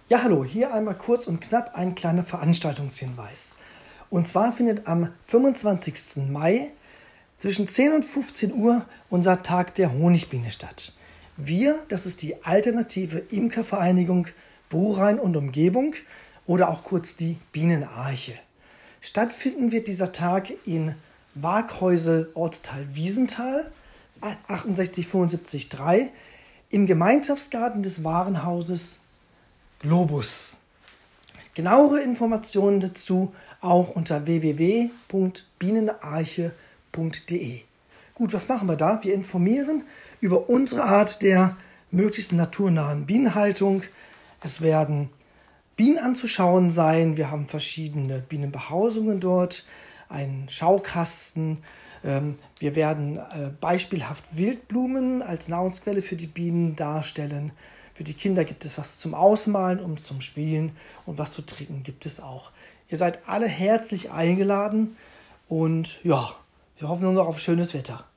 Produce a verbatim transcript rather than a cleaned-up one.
Ja, hallo, hier einmal kurz und knapp ein kleiner Veranstaltungshinweis. Und zwar findet am fünfundzwanzigsten Mai zwischen zehn und fünfzehn Uhr unser Tag der Honigbiene statt. Wir, das ist die alternative Imkervereinigung Bruchhain und Umgebung oder auch kurz die Bienenarche. Stattfinden wird dieser Tag in Waghäusel, Ortsteil Wiesenthal, achtundsechzig fünfundsiebzig drei, im Gemeinschaftsgarten des Warenhauses Globus. Genauere Informationen dazu auch unter w w w punkt bienenarche punkt d e. Gut, was machen wir da? Wir informieren über unsere Art der möglichst naturnahen Bienenhaltung. Es werden Bienen anzuschauen sein. Wir haben verschiedene Bienenbehausungen dort, einen Schaukasten. Wir werden beispielhaft Wildblumen als Nahrungsquelle für die Bienen darstellen. Für die Kinder gibt es was zum Ausmalen und zum Spielen und was zu trinken gibt es auch. Ihr seid alle herzlich eingeladen und ja, wir hoffen nur noch auf schönes Wetter.